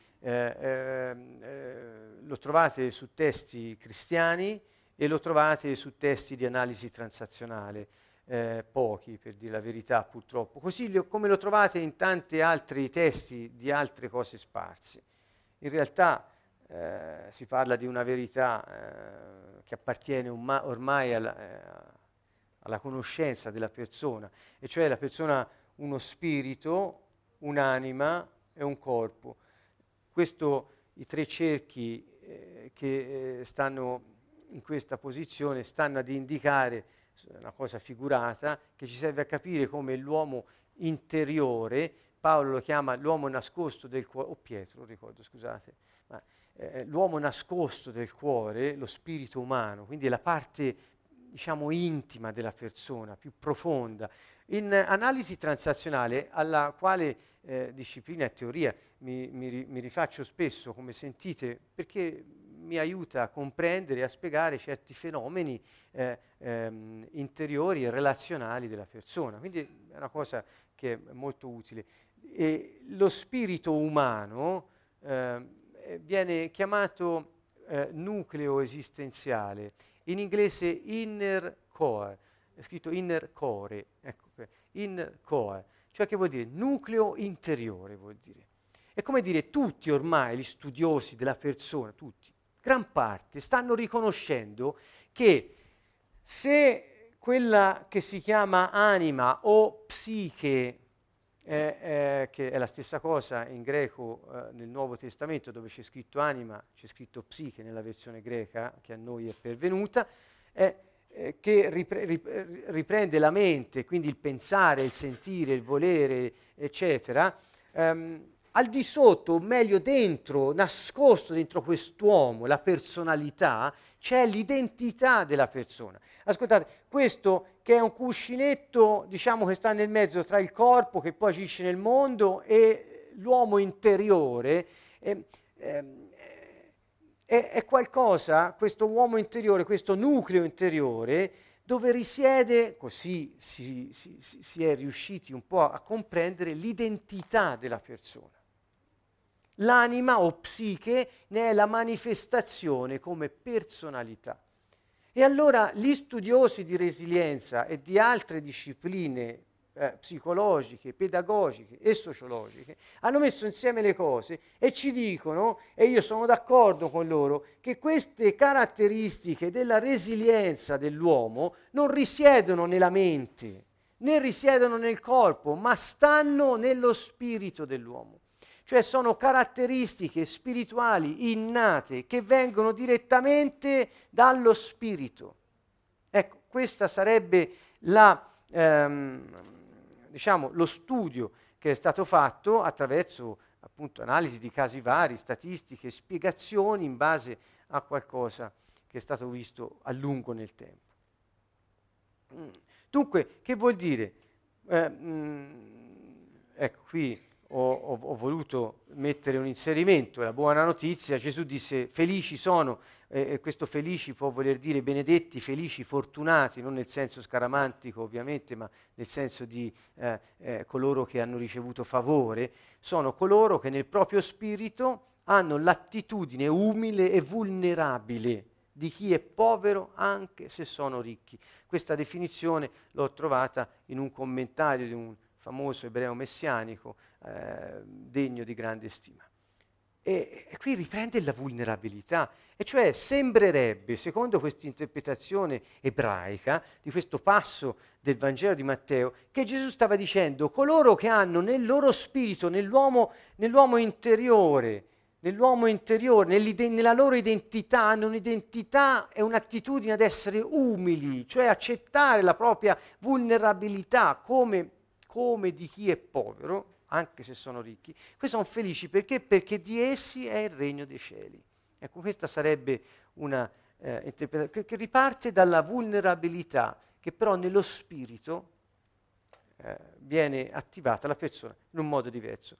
lo trovate su testi cristiani e lo trovate su testi di analisi transazionale, pochi per dire la verità purtroppo, così come lo trovate in tanti altri testi di altre cose sparse. In realtà si parla di una verità che appartiene ormai alla conoscenza della persona, e cioè la persona uno spirito, un'anima e un corpo. Questo, i tre cerchi che stanno in questa posizione stanno ad indicare una cosa figurata che ci serve a capire come l'uomo interiore, Paolo lo chiama l'uomo nascosto del cuore, o Pietro, ricordo, scusate, ma l'uomo nascosto del cuore, lo spirito umano, quindi è la parte, diciamo, intima della persona, più profonda. In analisi transazionale, alla quale disciplina e teoria mi rifaccio spesso, come sentite, perché mi aiuta a comprendere e a spiegare certi fenomeni interiori e relazionali della persona. Quindi è una cosa che è molto utile. E lo spirito umano viene chiamato nucleo esistenziale, in inglese inner core, è scritto inner core, ecco, inner core, cioè che vuol dire nucleo interiore, vuol dire. È come dire, tutti ormai gli studiosi della persona, tutti, gran parte, stanno riconoscendo che se quella che si chiama anima o psiche, che è la stessa cosa in greco nel Nuovo Testamento, dove c'è scritto anima, c'è scritto psiche nella versione greca che a noi è pervenuta, che riprende la mente, quindi il pensare, il sentire, il volere, eccetera. Al di sotto, o meglio dentro, nascosto dentro quest'uomo, la personalità, c'è l'identità della persona. Ascoltate, questo che è un cuscinetto, diciamo, che sta nel mezzo tra il corpo che poi agisce nel mondo e l'uomo interiore, è qualcosa, questo uomo interiore, questo nucleo interiore, dove risiede, così si è riusciti un po' a comprendere l'identità della persona. L'anima o psiche ne è la manifestazione come personalità. E allora gli studiosi di resilienza e di altre discipline psicologiche, pedagogiche e sociologiche hanno messo insieme le cose e ci dicono, e io sono d'accordo con loro, che queste caratteristiche della resilienza dell'uomo non risiedono nella mente, né risiedono nel corpo, ma stanno nello spirito dell'uomo. Cioè sono caratteristiche spirituali innate che vengono direttamente dallo spirito. Ecco, questa sarebbe diciamo, lo studio che è stato fatto attraverso appunto analisi di casi vari, statistiche, spiegazioni in base a qualcosa che è stato visto a lungo nel tempo. Dunque, che vuol dire? Ecco, qui ho voluto mettere un inserimento, la buona notizia. Gesù disse felici sono, e questo felici può voler dire benedetti, felici, fortunati, non nel senso scaramantico ovviamente, ma nel senso di coloro che hanno ricevuto favore, sono coloro che nel proprio spirito hanno l'attitudine umile e vulnerabile di chi è povero anche se sono ricchi. Questa definizione l'ho trovata in un commentario di un famoso ebreo messianico, degno di grande stima. E qui riprende la vulnerabilità, e cioè sembrerebbe, secondo questa interpretazione ebraica di questo passo del Vangelo di Matteo, che Gesù stava dicendo coloro che hanno nel loro spirito, nell'uomo interiore, nella loro identità, hanno un'identità e un'attitudine ad essere umili, cioè accettare la propria vulnerabilità come di chi è povero, anche se sono ricchi. Questi sono felici perché? Perché di essi è il regno dei cieli. Ecco, questa sarebbe una interpretazione che riparte dalla vulnerabilità, che però nello spirito viene attivata la persona in un modo diverso.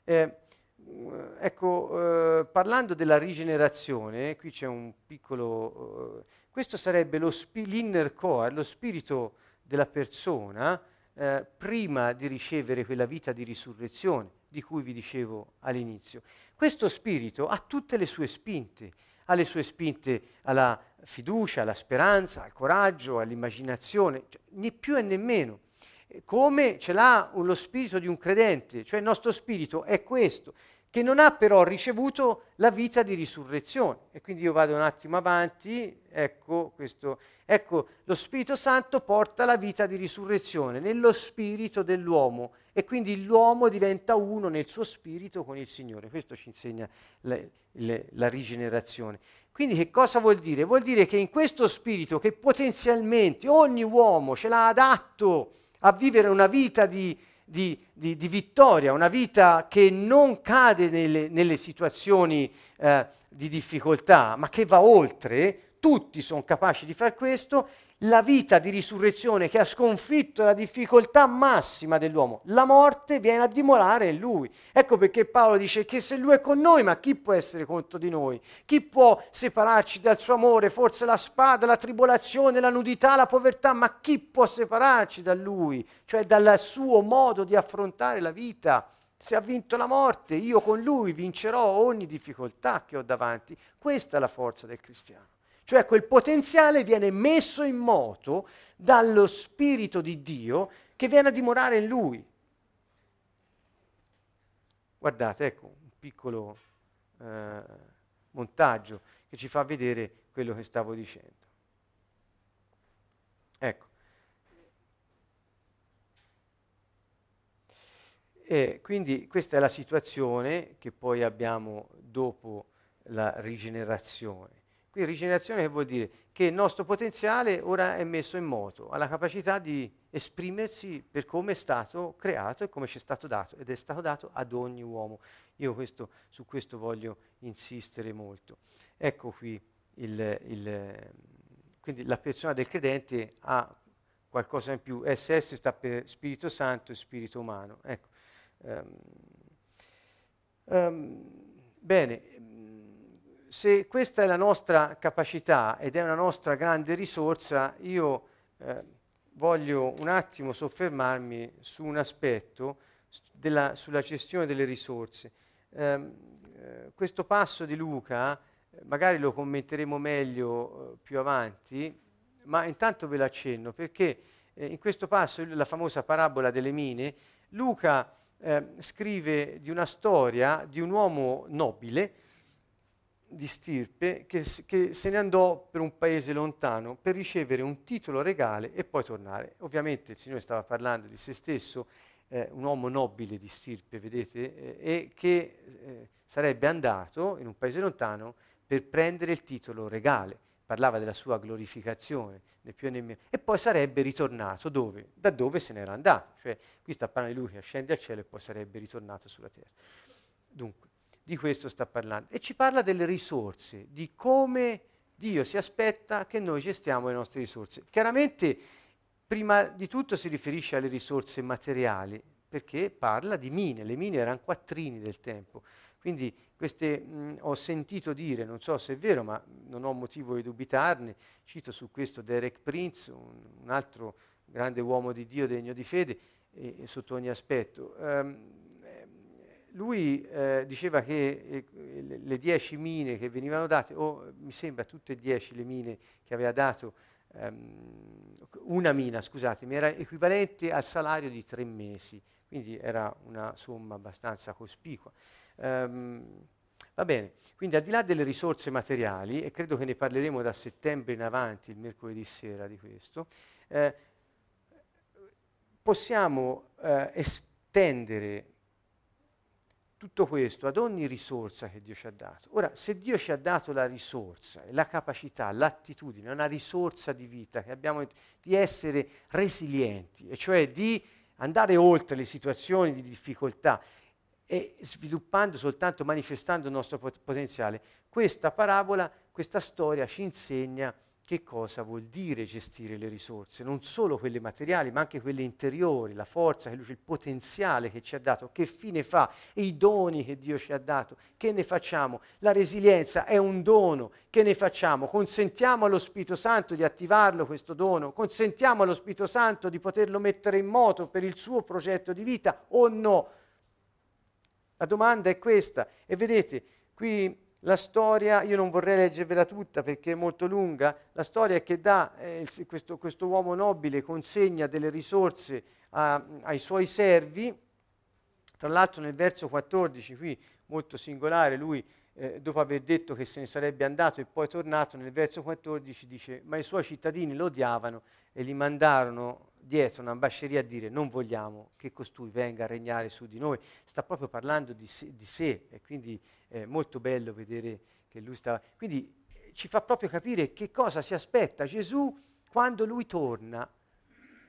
Parlando della rigenerazione, qui c'è un piccolo... questo sarebbe l'inner core, lo spirito della persona, prima di ricevere quella vita di risurrezione di cui vi dicevo all'inizio. Questo spirito ha tutte le sue spinte, ha le sue spinte alla fiducia, alla speranza, al coraggio, all'immaginazione, cioè, né più e né meno. Come ce l'ha lo spirito di un credente, cioè il nostro spirito è questo, che non ha però ricevuto la vita di risurrezione. E quindi io vado un attimo avanti, ecco, lo Spirito Santo porta la vita di risurrezione nello spirito dell'uomo, e quindi l'uomo diventa uno nel suo spirito con il Signore. Questo ci insegna la rigenerazione. Quindi che cosa vuol dire? Vuol dire che in questo spirito, che potenzialmente ogni uomo ce l'ha adatto a vivere una vita di di vittoria, una vita che non cade nelle situazioni di difficoltà, ma che va oltre. Tutti sono capaci di fare questo. La vita di risurrezione che ha sconfitto la difficoltà massima dell'uomo, la morte, viene a dimorare in lui. Ecco perché Paolo dice che se lui è con noi, ma chi può essere contro di noi? Chi può separarci dal suo amore? Forse la spada, la tribolazione, la nudità, la povertà, ma chi può separarci da lui? Cioè dal suo modo di affrontare la vita. Se ha vinto la morte, io con lui vincerò ogni difficoltà che ho davanti. Questa è la forza del cristiano. Cioè quel potenziale viene messo in moto dallo Spirito di Dio che viene a dimorare in lui. Guardate, ecco, un piccolo montaggio che ci fa vedere quello che stavo dicendo. Ecco. E quindi questa è la situazione che poi abbiamo dopo la rigenerazione. Qui rigenerazione che vuol dire? Che il nostro potenziale ora è messo in moto, ha la capacità di esprimersi per come è stato creato e come ci è stato dato, ed è stato dato ad ogni uomo. Io su questo voglio insistere molto. Ecco qui, quindi la persona del credente ha qualcosa in più. SS sta per Spirito Santo e Spirito umano. Ecco. Bene. Se questa è la nostra capacità ed è una nostra grande risorsa, io voglio un attimo soffermarmi su un aspetto sulla gestione delle risorse. Questo passo di Luca, magari lo commenteremo meglio più avanti, ma intanto ve l'accenno perché in questo passo, la famosa parabola delle mine, Luca scrive di una storia di un uomo nobile, di stirpe che se ne andò per un paese lontano per ricevere un titolo regale e poi tornare. Ovviamente il Signore stava parlando di se stesso, un uomo nobile di stirpe, vedete, e che sarebbe andato in un paese lontano per prendere il titolo regale. Parlava della sua glorificazione, né più né meno, e poi sarebbe ritornato dove? Da dove se n'era andato. Cioè, qui sta parlando di lui che ascende al cielo e poi sarebbe ritornato sulla terra. Dunque, di questo sta parlando. E ci parla delle risorse, di come Dio si aspetta che noi gestiamo le nostre risorse. Chiaramente, prima di tutto si riferisce alle risorse materiali, perché parla di mine. Le mine erano quattrini del tempo. Quindi queste ho sentito dire, non so se è vero, ma non ho motivo di dubitarne, cito su questo Derek Prince, un altro grande uomo di Dio degno di fede, sotto ogni aspetto. Lui diceva che le 10 mine che venivano date, o mi sembra tutte e 10 le mine che aveva dato, una mina, scusatemi, era equivalente al salario di 3 mesi, quindi era una somma abbastanza cospicua. Va bene, quindi al di là delle risorse materiali, e credo che ne parleremo da settembre in avanti, il mercoledì sera di questo, possiamo estendere tutto questo ad ogni risorsa che Dio ci ha dato. Ora, se Dio ci ha dato la risorsa, la capacità, l'attitudine, una risorsa di vita che abbiamo di essere resilienti, e cioè di andare oltre le situazioni di difficoltà e sviluppando soltanto, manifestando il nostro potenziale, questa parabola, questa storia ci insegna che cosa vuol dire gestire le risorse, non solo quelle materiali, ma anche quelle interiori, la forza, il potenziale che ci ha dato, che fine fa, e i doni che Dio ci ha dato, che ne facciamo? La resilienza è un dono, che ne facciamo? Consentiamo allo Spirito Santo di attivarlo questo dono, consentiamo allo Spirito Santo di poterlo mettere in moto per il suo progetto di vita o no? La domanda è questa, e vedete, qui la storia, io non vorrei leggervela tutta perché è molto lunga, la storia è che questo uomo nobile consegna delle risorse ai suoi servi, tra l'altro nel verso 14, qui molto singolare, lui dopo aver detto che se ne sarebbe andato e poi tornato, nel verso 14 dice, ma i suoi cittadini lo odiavano e gli mandarono dietro un'ambasceria a dire non vogliamo che costui venga a regnare su di noi. Sta proprio parlando di sé e quindi è molto bello vedere che lui sta... Quindi ci fa proprio capire che cosa si aspetta Gesù quando lui torna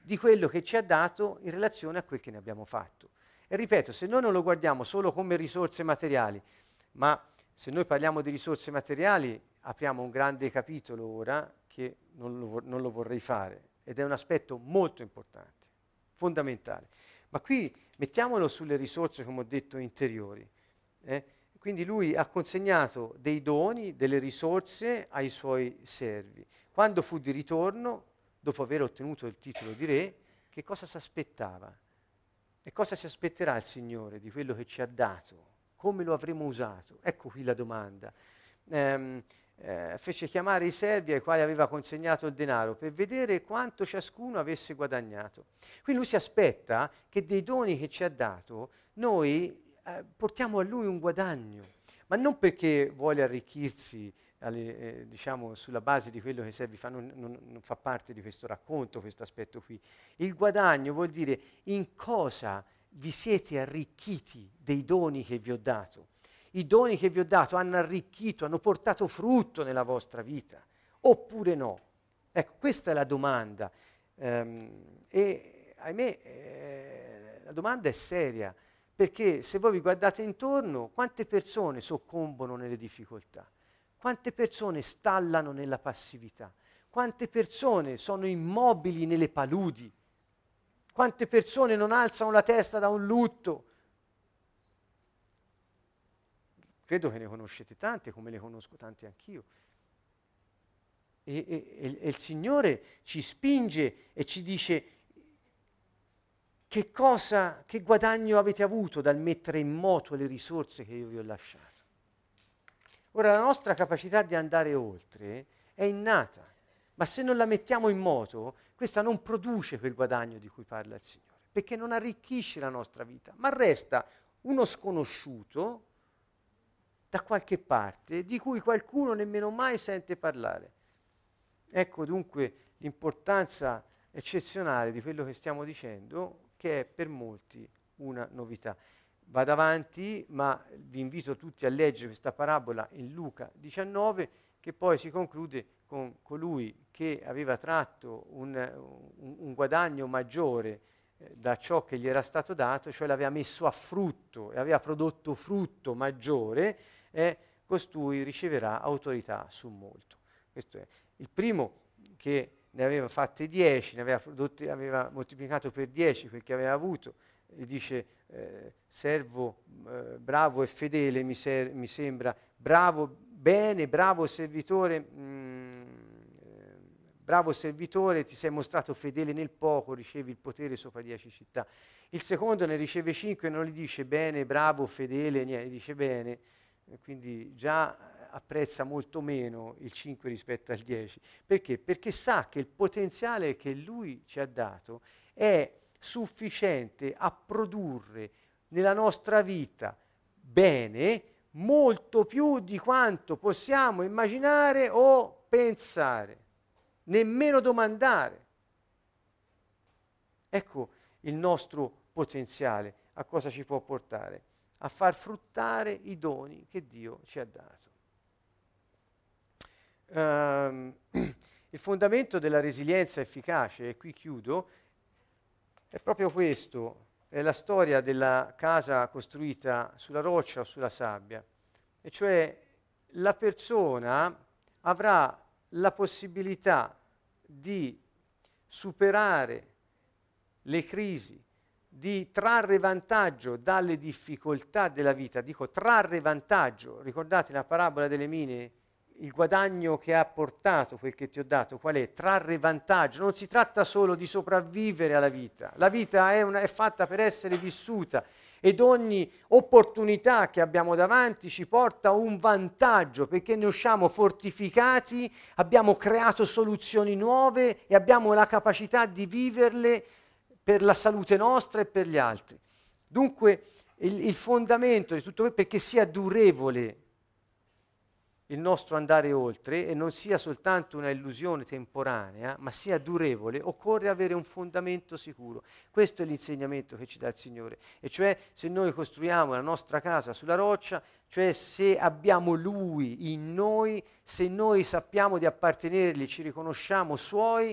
di quello che ci ha dato in relazione a quel che ne abbiamo fatto. E ripeto, se noi non lo guardiamo solo come risorse materiali, ma se noi parliamo di risorse materiali, apriamo un grande capitolo ora che non lo vorrei fare, ed è un aspetto molto importante, fondamentale. Ma qui mettiamolo sulle risorse, come ho detto, interiori. Quindi lui ha consegnato dei doni, delle risorse ai suoi servi. Quando fu di ritorno, dopo aver ottenuto il titolo di re, che cosa si aspettava? E cosa si aspetterà il Signore di quello che ci ha dato? Come lo avremo usato? Ecco qui la domanda. Fece chiamare i servi ai quali aveva consegnato il denaro per vedere quanto ciascuno avesse guadagnato. Quindi lui si aspetta che dei doni che ci ha dato noi portiamo a lui un guadagno, ma non perché vuole arricchirsi diciamo sulla base di quello che i servi fanno, non fa parte di questo racconto, questo aspetto qui. Il guadagno vuol dire in cosa vi siete arricchiti dei doni che vi ho dato. I doni che vi ho dato hanno arricchito, hanno portato frutto nella vostra vita, oppure no? Ecco, questa è la domanda. E ahimè, la domanda è seria, perché se voi vi guardate intorno, quante persone soccombono nelle difficoltà? Quante persone stallano nella passività? Quante persone sono immobili nelle paludi? Quante persone non alzano la testa da un lutto? Credo che ne conoscete tante, come ne conosco tante anch'io. E il Signore ci spinge e ci dice: che guadagno avete avuto dal mettere in moto le risorse che io vi ho lasciato? Ora, la nostra capacità di andare oltre è innata, ma se non la mettiamo in moto, questa non produce quel guadagno di cui parla il Signore, perché non arricchisce la nostra vita, ma resta uno sconosciuto da qualche parte, di cui qualcuno nemmeno mai sente parlare. Ecco dunque l'importanza eccezionale di quello che stiamo dicendo, che è per molti una novità. Vado avanti, ma vi invito tutti a leggere questa parabola in Luca 19, che poi si conclude con colui che aveva tratto un guadagno maggiore da ciò che gli era stato dato, cioè l'aveva messo a frutto e aveva prodotto frutto maggiore, costui riceverà autorità su molto. Questo è il primo, che ne aveva fatte 10, aveva moltiplicato per 10 quel che aveva avuto. Gli dice: servo bravo e fedele, mi sembra, bravo servitore, bravo servitore, ti sei mostrato fedele nel poco, ricevi il potere sopra 10 città. Il secondo ne riceve 5 e non gli dice bene, bravo, fedele, niente, dice bene, quindi già apprezza molto meno il 5 rispetto al 10. Perché? Perché sa che il potenziale che lui ci ha dato è sufficiente a produrre nella nostra vita bene molto più di quanto possiamo immaginare o pensare, nemmeno domandare. Ecco il nostro potenziale, a cosa ci può portare? A far fruttare i doni che Dio ci ha dato. Il fondamento della resilienza efficace, e qui chiudo, è proprio questo, è la storia della casa costruita sulla roccia o sulla sabbia, e cioè la persona avrà la possibilità di superare le crisi, di trarre vantaggio dalle difficoltà della vita. Dico trarre vantaggio, ricordate la parabola delle mine? Il guadagno che ha portato quel che ti ho dato, qual è? Trarre vantaggio. Non si tratta solo di sopravvivere alla vita. La vita è fatta per essere vissuta, ed ogni opportunità che abbiamo davanti ci porta un vantaggio, perché ne usciamo fortificati, abbiamo creato soluzioni nuove e abbiamo la capacità di viverle per la salute nostra e per gli altri. Dunque il fondamento di tutto questo, perché sia durevole il nostro andare oltre e non sia soltanto una illusione temporanea, ma sia durevole, occorre avere un fondamento sicuro. Questo è l'insegnamento che ci dà il Signore, e cioè se noi costruiamo la nostra casa sulla roccia, cioè se abbiamo Lui in noi, se noi sappiamo di appartenergli, ci riconosciamo Suoi,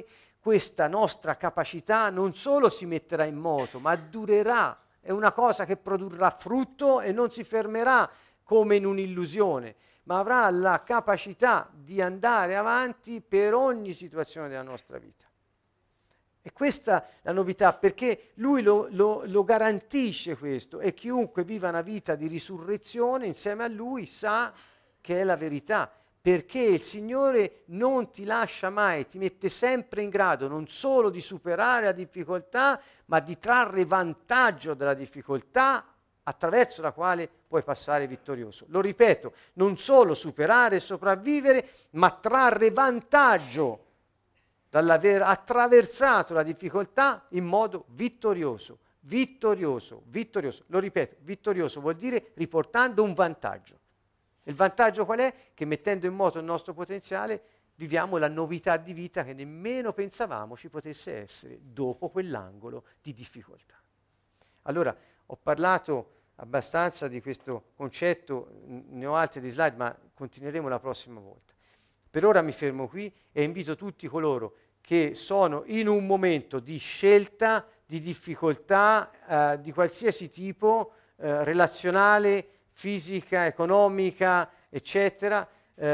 questa nostra capacità non solo si metterà in moto, ma durerà. È una cosa che produrrà frutto e non si fermerà come in un'illusione, ma avrà la capacità di andare avanti per ogni situazione della nostra vita. E questa è la novità, perché lui lo garantisce questo, e chiunque viva una vita di risurrezione insieme a lui sa che è la verità, perché il Signore non ti lascia mai, ti mette sempre in grado non solo di superare la difficoltà, ma di trarre vantaggio dalla difficoltà attraverso la quale puoi passare vittorioso. Lo ripeto, non solo superare e sopravvivere, ma trarre vantaggio dall'aver attraversato la difficoltà in modo vittorioso, vittorioso, vittorioso. Lo ripeto, vittorioso vuol dire riportando un vantaggio. Il vantaggio qual è? Che mettendo in moto il nostro potenziale viviamo la novità di vita che nemmeno pensavamo ci potesse essere dopo quell'angolo di difficoltà. Allora, ho parlato abbastanza di questo concetto, ne ho altre di slide, ma continueremo la prossima volta. Per ora mi fermo qui e invito tutti coloro che sono in un momento di scelta, di difficoltà di qualsiasi tipo, relazionale, fisica, economica, eccetera,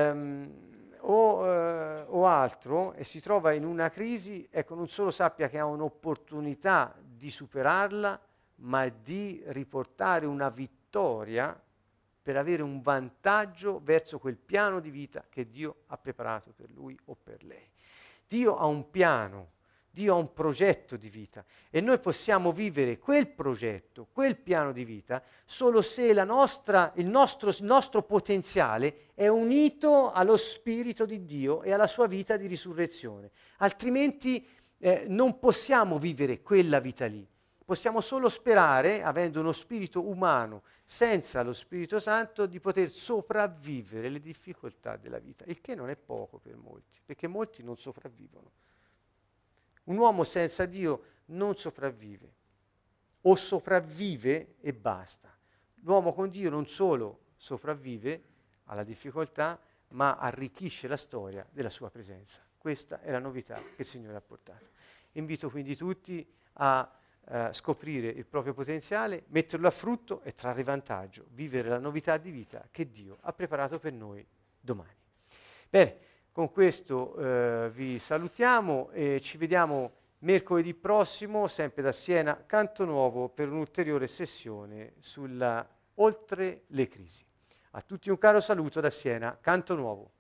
o altro, e si trova in una crisi, ecco, non solo sappia che ha un'opportunità di superarla, ma di riportare una vittoria per avere un vantaggio verso quel piano di vita che Dio ha preparato per lui o per lei. Dio ha un piano, Dio ha un progetto di vita e noi possiamo vivere quel progetto, quel piano di vita solo se il nostro potenziale è unito allo Spirito di Dio e alla sua vita di risurrezione. Altrimenti non possiamo vivere quella vita lì. Possiamo solo sperare, avendo uno spirito umano senza lo Spirito Santo, di poter sopravvivere le difficoltà della vita, il che non è poco per molti, perché molti non sopravvivono. Un uomo senza Dio non sopravvive, o sopravvive e basta. L'uomo con Dio non solo sopravvive alla difficoltà, ma arricchisce la storia della sua presenza. Questa è la novità che il Signore ha portato. Invito quindi tutti a scoprire il proprio potenziale, metterlo a frutto e trarre vantaggio, vivere la novità di vita che Dio ha preparato per noi domani. Bene, con questo vi salutiamo e ci vediamo mercoledì prossimo, sempre da Siena, Canto Nuovo, per un'ulteriore sessione sulla Oltre le crisi. A tutti un caro saluto da Siena, Canto Nuovo.